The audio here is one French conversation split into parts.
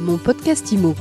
Mon podcast IMO.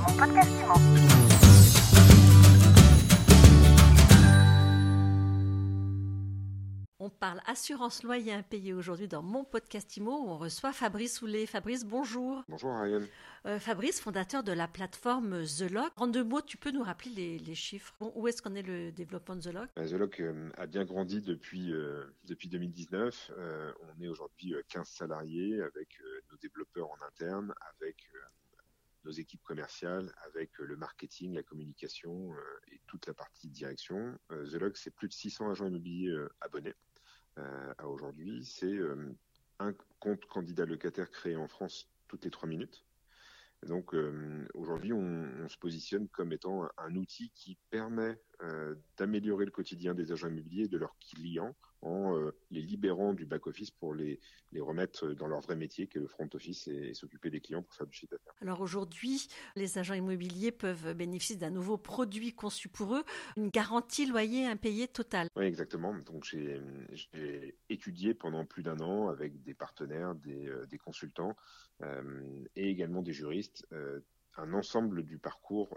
On parle assurance loyer impayé aujourd'hui dans mon podcast IMO où on reçoit Fabrice Houlet. Fabrice, bonjour. Bonjour Ariane. Fabrice, fondateur de la plateforme The Lock. En deux mots, tu peux nous rappeler les chiffres. Où est-ce qu'en est le développement de The Lock ? The Lock a bien grandi depuis 2019. On est aujourd'hui 15 salariés avec nos développeurs en interne, avec nos équipes commerciales, avec le marketing, la communication et toute la partie direction. The Lock, c'est plus de 600 agents immobiliers abonnés à aujourd'hui. C'est un compte candidat locataire créé en France toutes les 3 minutes. Donc aujourd'hui, on se positionne comme étant un outil qui permet d'améliorer le quotidien des agents immobiliers et de leurs clients en les libérant du back-office pour les remettre dans leur vrai métier, qui est le front office, et s'occuper des clients pour faire du chiffre d'affaires. Alors aujourd'hui, les agents immobiliers peuvent bénéficier d'un nouveau produit conçu pour eux, une garantie loyer impayé totale. Oui, exactement. Donc j'ai étudié pendant plus d'1 an avec des partenaires, des consultants et également des juristes, un ensemble du parcours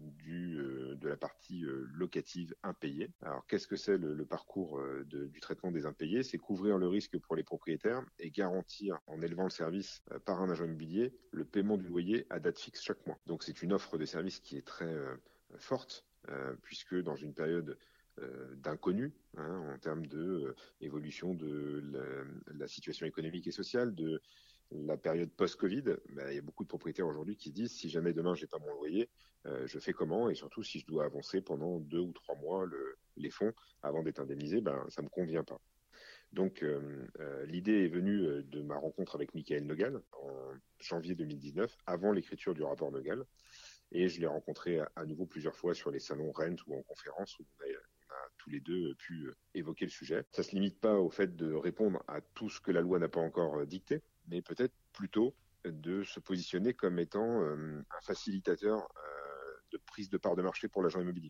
de la partie locative impayée. Alors qu'est-ce que c'est le parcours du traitement des impayés ? C'est couvrir le risque pour les propriétaires et garantir, en élevant le service par un agent immobilier, le paiement du loyer à date fixe chaque mois. Donc c'est une offre de service qui est très forte, puisque dans une période d'inconnu, en termes de évolution de la situation économique et sociale, de la période post-Covid, il y a beaucoup de propriétaires aujourd'hui qui se disent si jamais demain j'ai pas mon loyer, je fais comment ? Et surtout si je dois avancer pendant 2 ou 3 mois les fonds avant d'être indemnisé, ça me convient pas. Donc l'idée est venue de ma rencontre avec Michael Nogal en janvier 2019, avant l'écriture du rapport Nogal, et je l'ai rencontré à nouveau plusieurs fois sur les salons Rent ou en conférence où on a tous les deux pu évoquer le sujet. Ça se limite pas au fait de répondre à tout ce que la loi n'a pas encore dicté, mais peut-être plutôt de se positionner comme étant un facilitateur de prise de part de marché pour l'agent immobilier.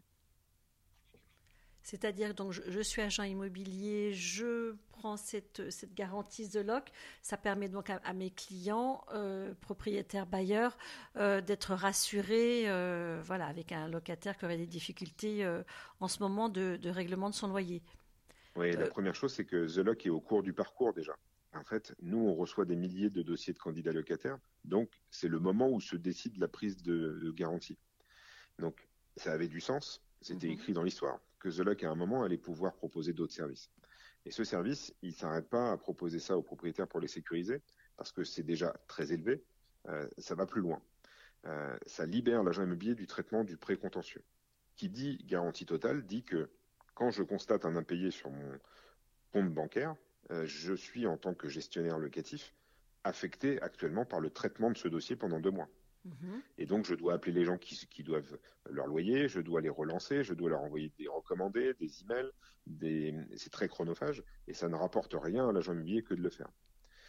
C'est-à-dire, donc, je suis agent immobilier, je prends cette garantie The Lock. Ça permet donc à mes clients, propriétaires, bailleurs, d'être rassurés avec un locataire qui aurait des difficultés en ce moment de règlement de son loyer. Oui, la première chose, c'est que The Lock est au cours du parcours déjà. En fait, nous, on reçoit des milliers de dossiers de candidats locataires, donc c'est le moment où se décide la prise de garantie. Donc, ça avait du sens, c'était écrit dans l'histoire, que The Lock, à un moment, allait pouvoir proposer d'autres services. Et ce service, il ne s'arrête pas à proposer ça aux propriétaires pour les sécuriser, parce que c'est déjà très élevé, ça va plus loin. Ça libère l'agent immobilier du traitement du précontentieux. Qui dit garantie totale dit que quand je constate un impayé sur mon compte bancaire, je suis, en tant que gestionnaire locatif, affecté actuellement par le traitement de ce dossier pendant 2 mois. Et donc, je dois appeler les gens qui doivent leur loyer, je dois les relancer, je dois leur envoyer des recommandés, des emails, c'est très chronophage et ça ne rapporte rien à l'agent immobilier que de le faire.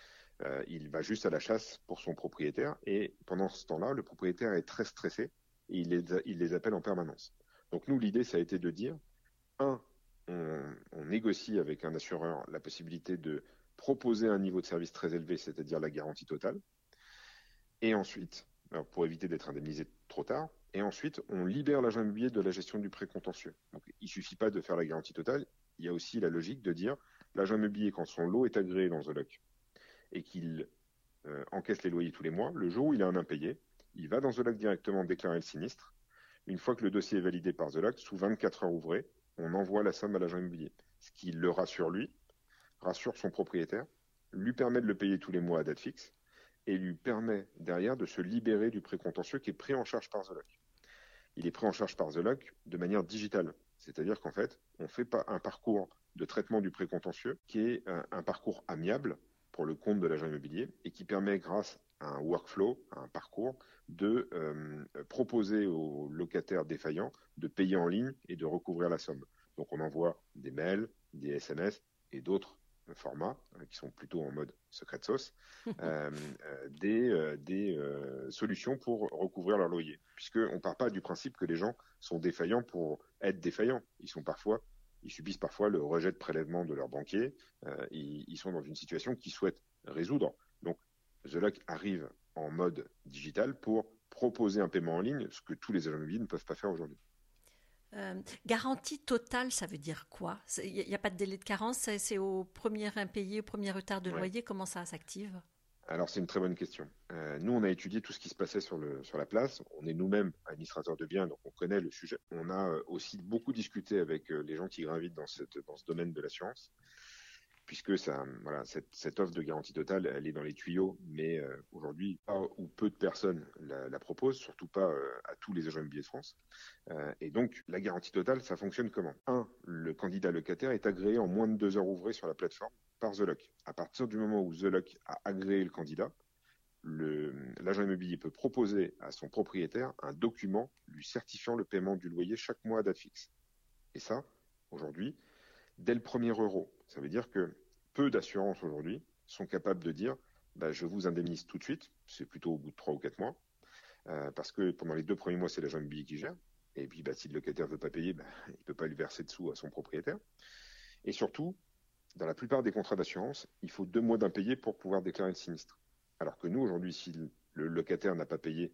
Il va juste à la chasse pour son propriétaire et pendant ce temps-là, le propriétaire est très stressé et il les appelle en permanence. Donc nous, l'idée, ça a été de dire, on négocie avec un assureur la possibilité de proposer un niveau de service très élevé, c'est-à-dire la garantie totale. Et ensuite, pour éviter d'être indemnisé trop tard, et ensuite, on libère l'agent immobilier de la gestion du précontentieux. Donc, il ne suffit pas de faire la garantie totale, il y a aussi la logique de dire, l'agent immobilier, quand son lot est agréé dans The Lock, et qu'il encaisse les loyers tous les mois, le jour où il a un impayé, il va dans The Lock directement déclarer le sinistre. Une fois que le dossier est validé par The Lock, sous 24 heures ouvrées, on envoie la somme à l'agent immobilier. Ce qui le rassure lui, rassure son propriétaire, lui permet de le payer tous les mois à date fixe, et lui permet derrière de se libérer du précontentieux qui est pris en charge par The Lock. Il est pris en charge par The Lock de manière digitale. C'est-à-dire qu'en fait, on ne fait pas un parcours de traitement du précontentieux qui est un parcours amiable pour le compte de l'agent immobilier et qui permet, grâce à un workflow, à un parcours, de proposer aux locataires défaillants de payer en ligne et de recouvrir la somme. Donc on envoie des mails, des SMS et d'autres formats qui sont plutôt en mode secret sauce, des solutions pour recouvrir leur loyer. Puisqu'on ne part pas du principe que les gens sont défaillants pour être défaillants. Ils subissent parfois le rejet de prélèvement de leur banquier. Ils sont dans une situation qu'ils souhaitent résoudre. Donc, The Lock arrive en mode digital pour proposer un paiement en ligne, ce que tous les agents immobiliers ne peuvent pas faire aujourd'hui. Garantie totale, ça veut dire quoi? Il n'y a pas de délai de carence, c'est au premier impayé, au premier retard de Ouais. loyer, comment ça s'active? Alors, c'est une très bonne question. Nous, on a étudié tout ce qui se passait sur la place. On est nous-mêmes administrateurs de biens, donc on connaît le sujet. On a aussi beaucoup discuté avec les gens qui gravitent dans ce domaine de l'assurance, puisque voilà, cette offre de garantie totale, elle est dans les tuyaux, mais aujourd'hui, pas ou peu de personnes la proposent, surtout pas à tous les agents immobiliers de France. Et donc, la garantie totale, ça fonctionne comment? Le candidat locataire est agréé en moins de 2 heures ouvrées sur la plateforme par The Loc. À partir du moment où The Loc a agréé le candidat, l'agent immobilier peut proposer à son propriétaire un document lui certifiant le paiement du loyer chaque mois à date fixe. Et ça, aujourd'hui, dès le premier euro. Ça veut dire que peu d'assurances aujourd'hui sont capables de dire je vous indemnise tout de suite, c'est plutôt au bout de 3 ou 4 mois, parce que pendant les 2 premiers mois, c'est l'agent immobilier qui gère. Et puis, si le locataire ne veut pas payer, il ne peut pas lui verser de sous à son propriétaire. Et surtout, dans la plupart des contrats d'assurance, il faut 2 mois d'impayé pour pouvoir déclarer le sinistre. Alors que nous, aujourd'hui, si le locataire n'a pas payé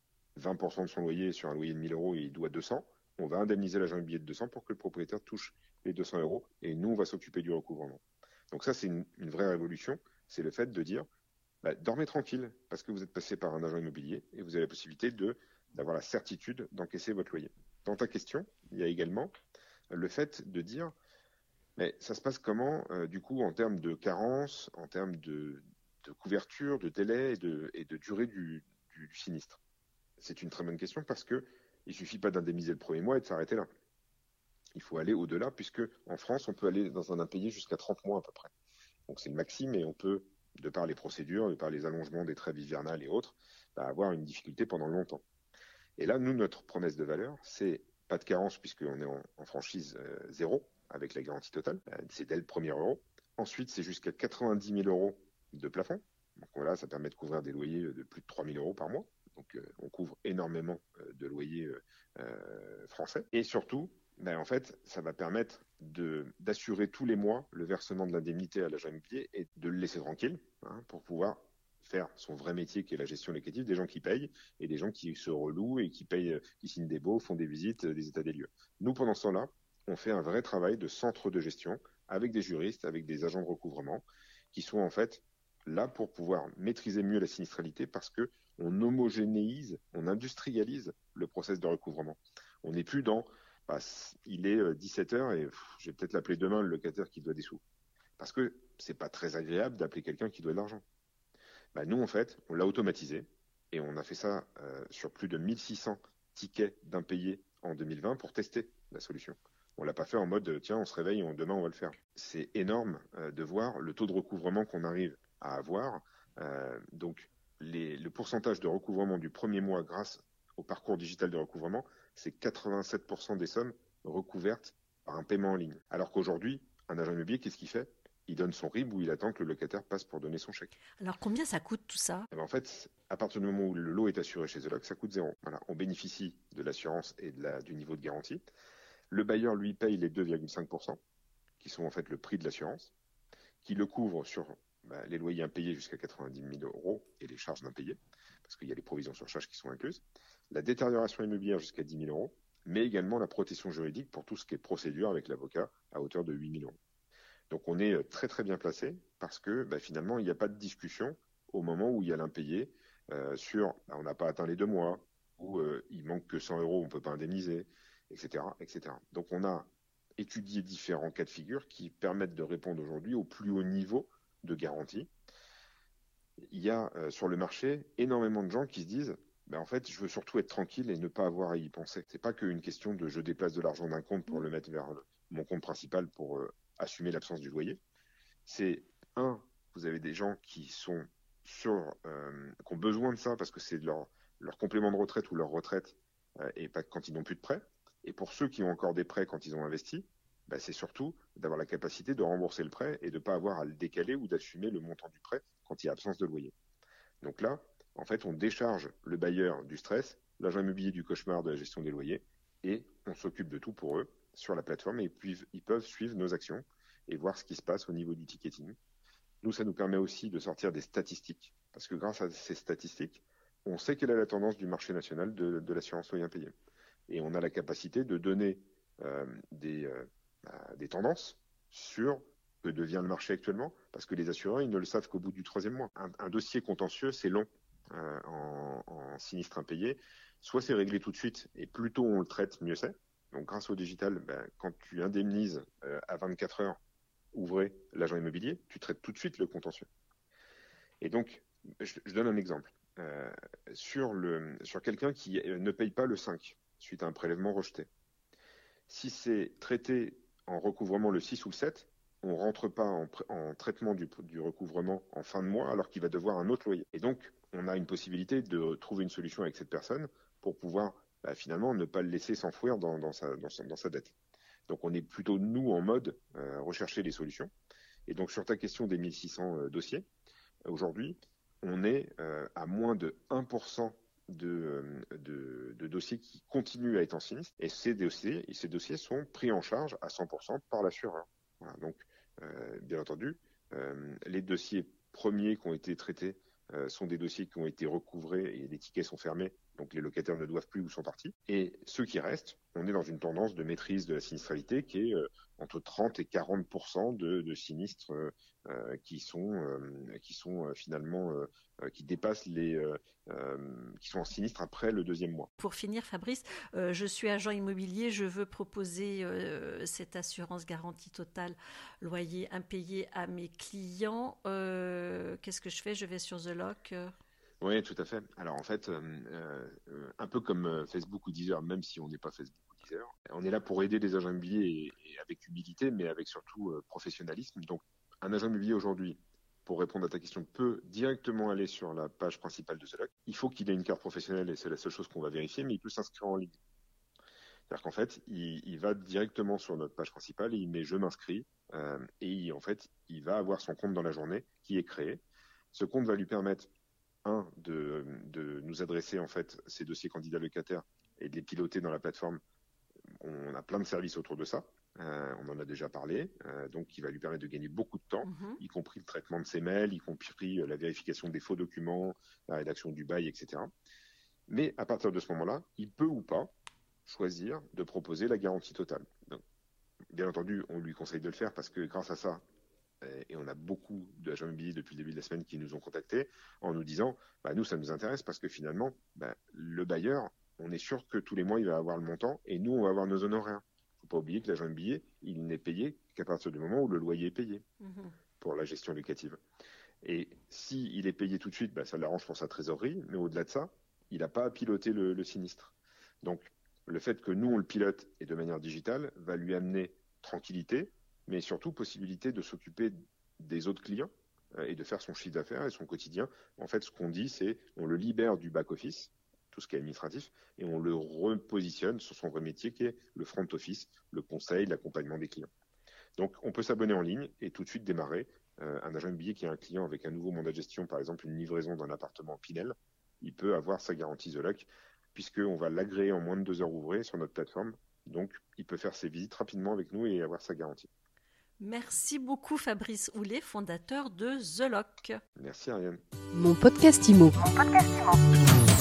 20% de son loyer sur un loyer de 1 000 euros et il doit 200, on va indemniser l'agent immobilier de 200 pour que le propriétaire touche les 200 euros et nous, on va s'occuper du recouvrement. Donc ça, c'est une vraie révolution. C'est le fait de dire, dormez tranquille parce que vous êtes passé par un agent immobilier et vous avez la possibilité d'avoir la certitude d'encaisser votre loyer. Dans ta question, il y a également le fait de dire, mais ça se passe comment, du coup, en termes de carence, en termes de couverture, de délai et de durée du sinistre? C'est une très bonne question parce que il suffit pas d'indemniser le premier mois et de s'arrêter là. Il faut aller au-delà puisque en France, on peut aller dans un impayé jusqu'à 30 mois à peu près. Donc c'est le maximum et on peut, de par les procédures, de par les allongements des trêves hivernales et autres, avoir une difficulté pendant longtemps. Et là, nous, notre promesse de valeur, c'est pas de carence puisqu'on est en franchise zéro avec la garantie totale. C'est dès le premier euro. Ensuite, c'est jusqu'à 90 000 euros de plafond. Donc voilà, ça permet de couvrir des loyers de plus de 3 000 euros par mois. Donc on couvre énormément de loyers français. Et surtout, en fait, ça va permettre d'assurer tous les mois le versement de l'indemnité à l'agent immobilier et de le laisser tranquille pour pouvoir faire son vrai métier qui est la gestion locative, des gens qui payent et des gens qui se relouent et qui payent, qui signent des baux, font des visites, des états des lieux. Nous, pendant ce temps-là, on fait un vrai travail de centre de gestion avec des juristes, avec des agents de recouvrement qui sont en fait là pour pouvoir maîtriser mieux la sinistralité parce que on homogénéise, on industrialise le process de recouvrement. On n'est plus dans il est 17h et je vais peut-être l'appeler demain le locataire qui doit des sous. Parce que c'est pas très agréable d'appeler quelqu'un qui doit de l'argent. Nous, en fait, on l'a automatisé et on a fait ça sur plus de 1600 tickets d'impayés en 2020 pour tester la solution. On l'a pas fait en mode tiens, on se réveille, demain on va le faire. C'est énorme de voir le taux de recouvrement qu'on arrive à avoir. Donc, le pourcentage de recouvrement du premier mois grâce au parcours digital de recouvrement, c'est 87% des sommes recouvertes par un paiement en ligne. Alors qu'aujourd'hui, un agent immobilier, qu'est-ce qu'il fait? Il donne son RIB ou il attend que le locataire passe pour donner son chèque. Alors combien ça coûte tout ça? En fait, à partir du moment où le lot est assuré chez The Loc, ça coûte zéro. Voilà, on bénéficie de l'assurance et du niveau de garantie. Le bailleur, lui, paye les 2,5%, qui sont en fait le prix de l'assurance, qui le couvre sur les loyers impayés jusqu'à 90 000 euros et les charges d'impayés, parce qu'il y a les provisions sur charges qui sont incluses, la détérioration immobilière jusqu'à 10 000 euros, mais également la protection juridique pour tout ce qui est procédure avec l'avocat à hauteur de 8 000 euros. Donc on est très très bien placé parce que finalement il n'y a pas de discussion au moment où il y a l'impayé sur on n'a pas atteint les 2 mois, ou il manque que 100 euros, on ne peut pas indemniser, etc., etc. Donc on a étudié différents cas de figure qui permettent de répondre aujourd'hui au plus haut niveau de garantie. Il y a sur le marché énormément de gens qui se disent en fait, je veux surtout être tranquille et ne pas avoir à y penser. C'est pas qu'une question de je déplace de l'argent d'un compte pour le mettre vers mon compte principal pour assumer l'absence du loyer. C'est vous avez des gens qui sont qui ont besoin de ça parce que c'est leur complément de retraite ou leur retraite et pas quand ils n'ont plus de prêts. Et pour ceux qui ont encore des prêts quand ils ont investi, c'est surtout d'avoir la capacité de rembourser le prêt et de ne pas avoir à le décaler ou d'assumer le montant du prêt quand il y a absence de loyer. Donc là, en fait, on décharge le bailleur du stress, l'agent immobilier du cauchemar de la gestion des loyers, et on s'occupe de tout pour eux sur la plateforme, et puis ils peuvent suivre nos actions et voir ce qui se passe au niveau du ticketing. Nous, ça nous permet aussi de sortir des statistiques, parce que grâce à ces statistiques, on sait quelle est la tendance du marché national de l'assurance loyer impayé. Et on a la capacité de donner des tendances sur que devient le marché actuellement, parce que les assureurs, ils ne le savent qu'au bout du 3e mois. Un dossier contentieux, c'est long en sinistre impayé. Soit c'est réglé tout de suite, et plus tôt on le traite, mieux c'est. Donc grâce au digital, quand tu indemnises à 24 heures ouvrées l'agent immobilier, tu traites tout de suite le contentieux. Et donc, je donne un exemple. Sur quelqu'un qui ne paye pas le 5 suite à un prélèvement rejeté. Si c'est traité en recouvrement le 6 ou le 7, on ne rentre pas en traitement du recouvrement en fin de mois alors qu'il va devoir un autre loyer. Et donc, on a une possibilité de trouver une solution avec cette personne pour pouvoir finalement ne pas le laisser s'enfouir dans sa dette. Donc, on est plutôt, nous, en mode rechercher des solutions. Et donc, sur ta question des 1600 dossiers, aujourd'hui, on est à moins de 1% de dossiers qui continuent à être en sinistre, et ces dossiers sont pris en charge à 100% par l'assureur. Voilà, donc, bien entendu, les dossiers premiers qui ont été traités sont des dossiers qui ont été recouvrés et les tickets sont fermés, donc les locataires ne doivent plus ou sont partis. Et ceux qui restent, on est dans une tendance de maîtrise de la sinistralité qui est entre 30 et 40% de sinistres qui sont finalement qui dépassent qui sont en sinistre après le 2e mois. Pour finir, Fabrice, je suis agent immobilier, je veux proposer cette assurance garantie totale loyer impayé à mes clients. Qu'est-ce que je fais ? Je vais sur The Lock. Oui, tout à fait. Alors en fait, un peu comme Facebook ou Deezer, même si on n'est pas Facebook ou Deezer, on est là pour aider les agents immobiliers et avec humilité, mais avec surtout professionnalisme. Donc un agent immobilier aujourd'hui, pour répondre à ta question, peut directement aller sur la page principale de The Lock. Il faut qu'il ait une carte professionnelle et c'est la seule chose qu'on va vérifier, mais il peut s'inscrire en ligne. C'est-à-dire qu'en fait, il va directement sur notre page principale et il met « Je m'inscris » et en fait, il va avoir son compte dans la journée qui est créé. Ce compte va lui permettre de nous adresser en fait ces dossiers candidats locataires et de les piloter dans la plateforme. On a plein de services autour de ça. On en a déjà parlé, donc qui va lui permettre de gagner beaucoup de temps, y compris le traitement de ses mails, y compris la vérification des faux documents, la rédaction du bail, etc. Mais à partir de ce moment-là, il peut ou pas choisir de proposer la garantie totale. Donc, bien entendu, on lui conseille de le faire parce que grâce à ça, et on a beaucoup d'agents immobiliers depuis le début de la semaine qui nous ont contactés en nous disant nous, ça nous intéresse parce que finalement, le bailleur, on est sûr que tous les mois, il va avoir le montant et nous, on va avoir nos honoraires. Il ne faut pas oublier que l'agent immobilier, il n'est payé qu'à partir du moment où le loyer est payé pour la gestion locative. Et s'il est payé tout de suite, ça l'arrange pour sa trésorerie, mais au-delà de ça, il n'a pas à piloter le sinistre. Donc, le fait que nous, on le pilote et de manière digitale va lui amener tranquillité, mais surtout possibilité de s'occuper des autres clients et de faire son chiffre d'affaires et son quotidien. En fait, ce qu'on dit, c'est on le libère du back-office, tout ce qui est administratif, et on le repositionne sur son vrai métier qui est le front office, le conseil, l'accompagnement des clients. Donc, on peut s'abonner en ligne et tout de suite démarrer. Un agent immobilier qui a un client avec un nouveau mandat de gestion, par exemple une livraison d'un appartement Pinel, il peut avoir sa garantie The Lock, puisqu'on va l'agréer en moins de 2 heures ouvrées sur notre plateforme. Donc, il peut faire ses visites rapidement avec nous et avoir sa garantie. Merci beaucoup Fabrice Houlet, fondateur de The Lock. Merci Ariane. Mon podcast IMO.